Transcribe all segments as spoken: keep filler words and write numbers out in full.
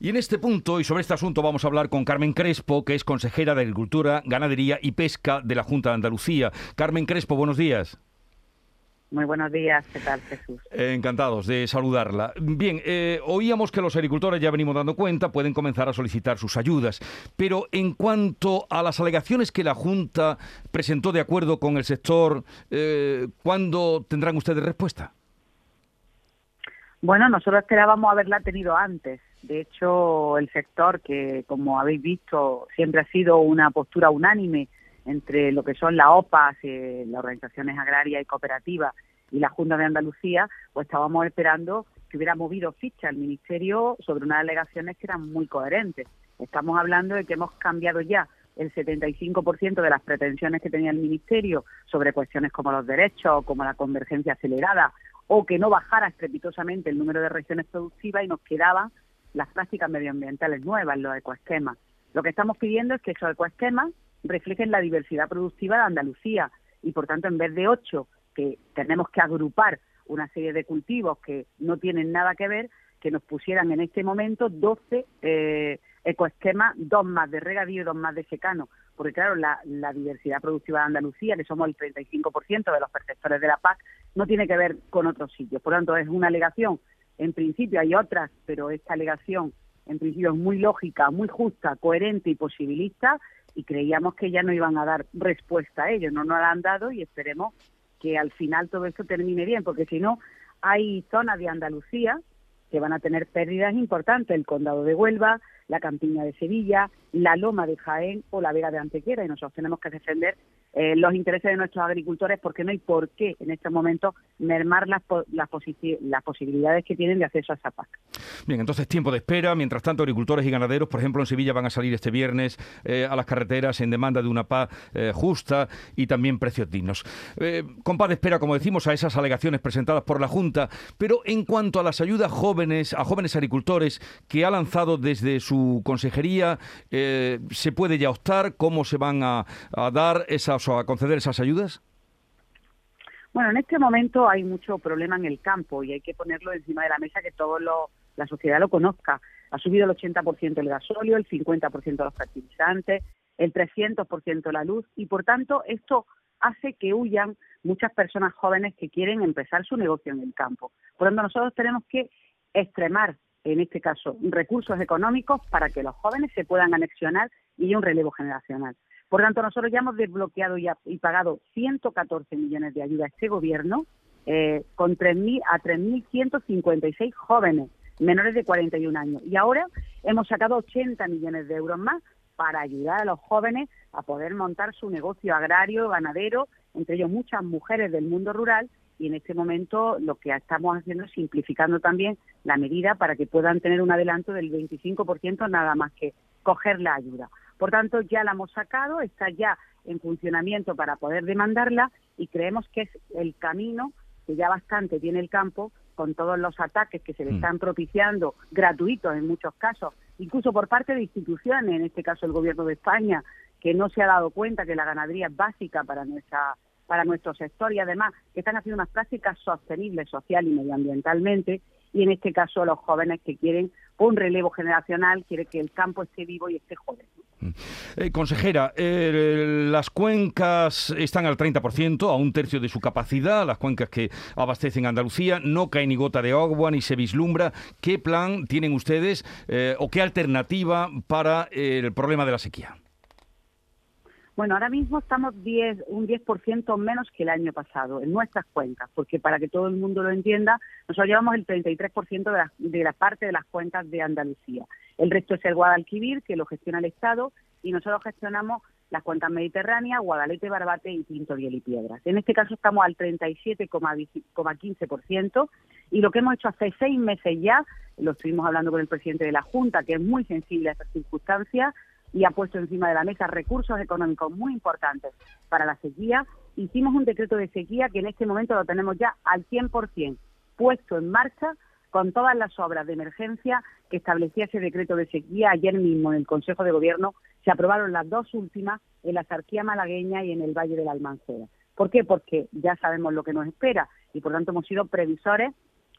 Y en este punto y sobre este asunto vamos a hablar con Carmen Crespo, que es consejera de Agricultura, Ganadería y Pesca de la Junta de Andalucía. Carmen Crespo, buenos días. Muy buenos días, ¿qué tal, Jesús? Eh, encantados de saludarla. Bien, eh, oíamos que los agricultores, ya venimos dando cuenta, pueden comenzar a solicitar sus ayudas, pero en cuanto a las alegaciones que la Junta presentó de acuerdo con el sector, eh, ¿cuándo tendrán ustedes respuesta? Bueno, nosotros esperábamos haberla tenido antes. De hecho, el sector, que como habéis visto, siempre ha sido una postura unánime entre lo que son las O P A S, eh, las organizaciones agrarias y cooperativas, y la Junta de Andalucía, pues estábamos esperando que hubiera movido ficha el Ministerio sobre unas alegaciones que eran muy coherentes. Estamos hablando de que hemos cambiado ya el setenta y cinco por ciento de las pretensiones que tenía el Ministerio sobre cuestiones como los derechos, como la convergencia acelerada, o que no bajara estrepitosamente el número de regiones productivas, y nos quedaban las prácticas medioambientales nuevas, los ecoesquemas. Lo que estamos pidiendo es que esos ecoesquemas reflejen la diversidad productiva de Andalucía, y por tanto, en vez de ocho, que tenemos que agrupar una serie de cultivos que no tienen nada que ver, que nos pusieran en este momento doce eh, ecoesquemas, dos más de regadío y dos más de secano, porque claro, la, la diversidad productiva de Andalucía, que somos el treinta y cinco por ciento de los perceptores de la P A C, no tiene que ver con otros sitios. Por lo tanto, es una alegación, en principio hay otras, pero esta alegación en principio es muy lógica, muy justa, coherente y posibilista, y creíamos que ya no iban a dar respuesta a ello. No nos la han dado y esperemos que al final todo esto termine bien, porque si no, hay zonas de Andalucía que van a tener pérdidas importantes: el Condado de Huelva, la Campiña de Sevilla, la Loma de Jaén o la Vega de Antequera, y nosotros tenemos que defender eh, los intereses de nuestros agricultores, porque no hay por qué en este momento mermar las, las, posi- las posibilidades que tienen de acceso a esa P A C. Bien, entonces tiempo de espera. Mientras tanto, agricultores y ganaderos, por ejemplo, en Sevilla van a salir este viernes eh, a las carreteras en demanda de una P A C eh, justa y también precios dignos. Eh, compás de espera, como decimos, a esas alegaciones presentadas por la Junta, pero en cuanto a las ayudas jóvenes, a jóvenes agricultores que ha lanzado desde su consejería, eh, ¿se puede ya optar? ¿Cómo se van a, a dar esas o a conceder esas ayudas? Bueno, en este momento hay mucho problema en el campo y hay que ponerlo encima de la mesa, que todo lo, la sociedad lo conozca. Ha subido el ochenta por ciento el gasóleo, el cincuenta por ciento los fertilizantes, el trescientos por ciento la luz, y por tanto esto hace que huyan muchas personas jóvenes que quieren empezar su negocio en el campo. Por lo tanto, nosotros tenemos que extremar, en este caso, recursos económicos para que los jóvenes se puedan anexionar y haya un relevo generacional. Por tanto, nosotros ya hemos desbloqueado y, y pagado ciento catorce millones de ayuda a este gobierno, eh, con tres mil a tres mil ciento cincuenta y seis jóvenes menores de cuarenta y un años. Y ahora hemos sacado ochenta millones de euros más para ayudar a los jóvenes a poder montar su negocio agrario, ganadero, entre ellos muchas mujeres del mundo rural, y en este momento lo que estamos haciendo es simplificando también la medida para que puedan tener un adelanto del veinticinco por ciento nada más que coger la ayuda. Por tanto, ya la hemos sacado, está ya en funcionamiento para poder demandarla, y creemos que es el camino que ya bastante tiene el campo, con todos los ataques que se le están propiciando, gratuitos en muchos casos, incluso por parte de instituciones, en este caso el Gobierno de España, que no se ha dado cuenta que la ganadería es básica para nuestra para nuestro sector, y además que están haciendo unas prácticas sostenibles social y medioambientalmente, y en este caso los jóvenes que quieren un relevo generacional, quieren que el campo esté vivo y esté joven. Eh, consejera, eh, las cuencas están al treinta por ciento, a un tercio de su capacidad, las cuencas que abastecen Andalucía, no cae ni gota de agua, ni se vislumbra. ¿Qué plan tienen ustedes eh, o qué alternativa para eh, el problema de la sequía? Bueno, ahora mismo estamos diez, un diez por ciento menos que el año pasado en nuestras cuencas, porque para que todo el mundo lo entienda, nosotros llevamos el treinta y tres por ciento de la, de la parte de las cuencas de Andalucía. El resto es el Guadalquivir, que lo gestiona el Estado, y nosotros gestionamos las cuencas mediterráneas, Guadalete, Barbate y Pinto, Biel y Piedras. En este caso estamos al treinta y siete coma quince por ciento, y lo que hemos hecho hace seis meses ya, lo estuvimos hablando con el presidente de la Junta, que es muy sensible a estas circunstancias, y ha puesto encima de la mesa recursos económicos muy importantes para la sequía. Hicimos un decreto de sequía que en este momento lo tenemos ya al cien por ciento puesto en marcha, con todas las obras de emergencia que establecía ese decreto de sequía. Ayer mismo en el Consejo de Gobierno se aprobaron las dos últimas, en la Sarquía malagueña y en el Valle de la Almancera. ¿Por qué? Porque ya sabemos lo que nos espera, y por tanto hemos sido previsores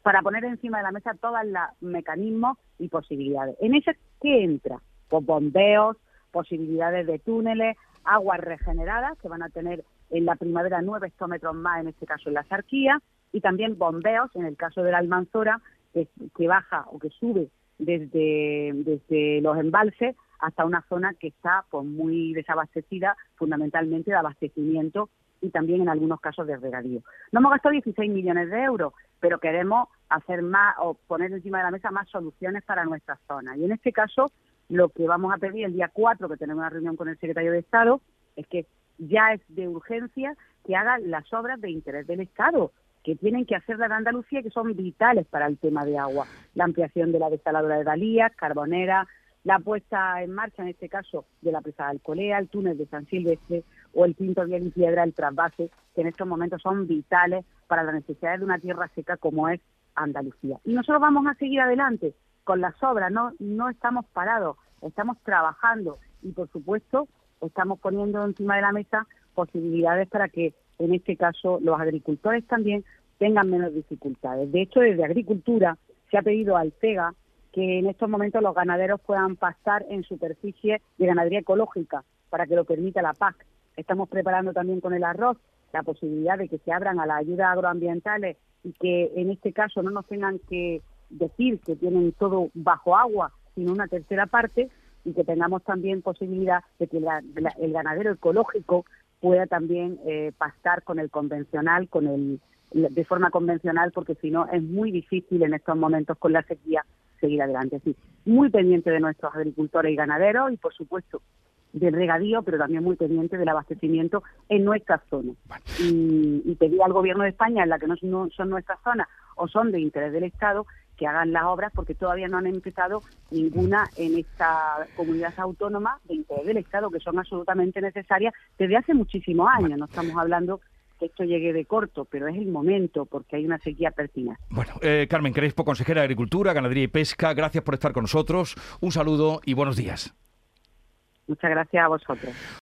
para poner encima de la mesa todos los mecanismos y posibilidades. ¿En ese qué entra? Pues bombeos, posibilidades de túneles, aguas regeneradas, que van a tener en la primavera nueve hectómetros más, en este caso en la Zarquía, y también bombeos, en el caso de la Almanzora, que, que baja o que sube desde, desde los embalses hasta una zona que está pues muy desabastecida, fundamentalmente de abastecimiento y también en algunos casos de regadío. No hemos gastado dieciséis millones de euros, pero queremos hacer más o poner encima de la mesa más soluciones para nuestra zona. Y en este caso, lo que vamos a pedir el día cuatro, que tenemos una reunión con el secretario de Estado, es que ya es de urgencia que hagan las obras de interés del Estado, que tienen que hacer la de Andalucía, que son vitales para el tema de agua. La ampliación de la desaladora de Dalías, Carbonera, la puesta en marcha, en este caso, de la presa de Alcolea, el túnel de San Silvestre o el Quinto Vial y Piedra, el trasvase, que en estos momentos son vitales para las necesidades de una tierra seca como es Andalucía. Y nosotros vamos a seguir adelante con las obras, no, no estamos parados, estamos trabajando y, por supuesto, estamos poniendo encima de la mesa posibilidades para que, en este caso, los agricultores también tengan menos dificultades. De hecho, desde Agricultura se ha pedido al CEGA que en estos momentos los ganaderos puedan pastar en superficie de ganadería ecológica para que lo permita la P A C. Estamos preparando también con el arroz la posibilidad de que se abran a las ayudas agroambientales y que en este caso no nos tengan que decir que tienen todo bajo agua, sino una tercera parte, y que tengamos también posibilidad de que la, la, el ganadero ecológico pueda también eh, pastar con el convencional, con el de forma convencional, porque si no es muy difícil en estos momentos con la sequía seguir adelante. Sí, muy pendiente de nuestros agricultores y ganaderos y, por supuesto, del regadío, pero también muy pendiente del abastecimiento en nuestras zonas. Y, y pedir al Gobierno de España, en la que no, no son nuestras zonas o son de interés del Estado, que hagan las obras, porque todavía no han empezado ninguna en esta comunidad autónoma de interés del Estado, que son absolutamente necesarias desde hace muchísimos años. No estamos hablando que esto llegue de corto, pero es el momento, porque hay una sequía pertinaz. Bueno, eh, Carmen Crespo, consejera de Agricultura, Ganadería y Pesca, gracias por estar con nosotros. Un saludo y buenos días. Muchas gracias a vosotros.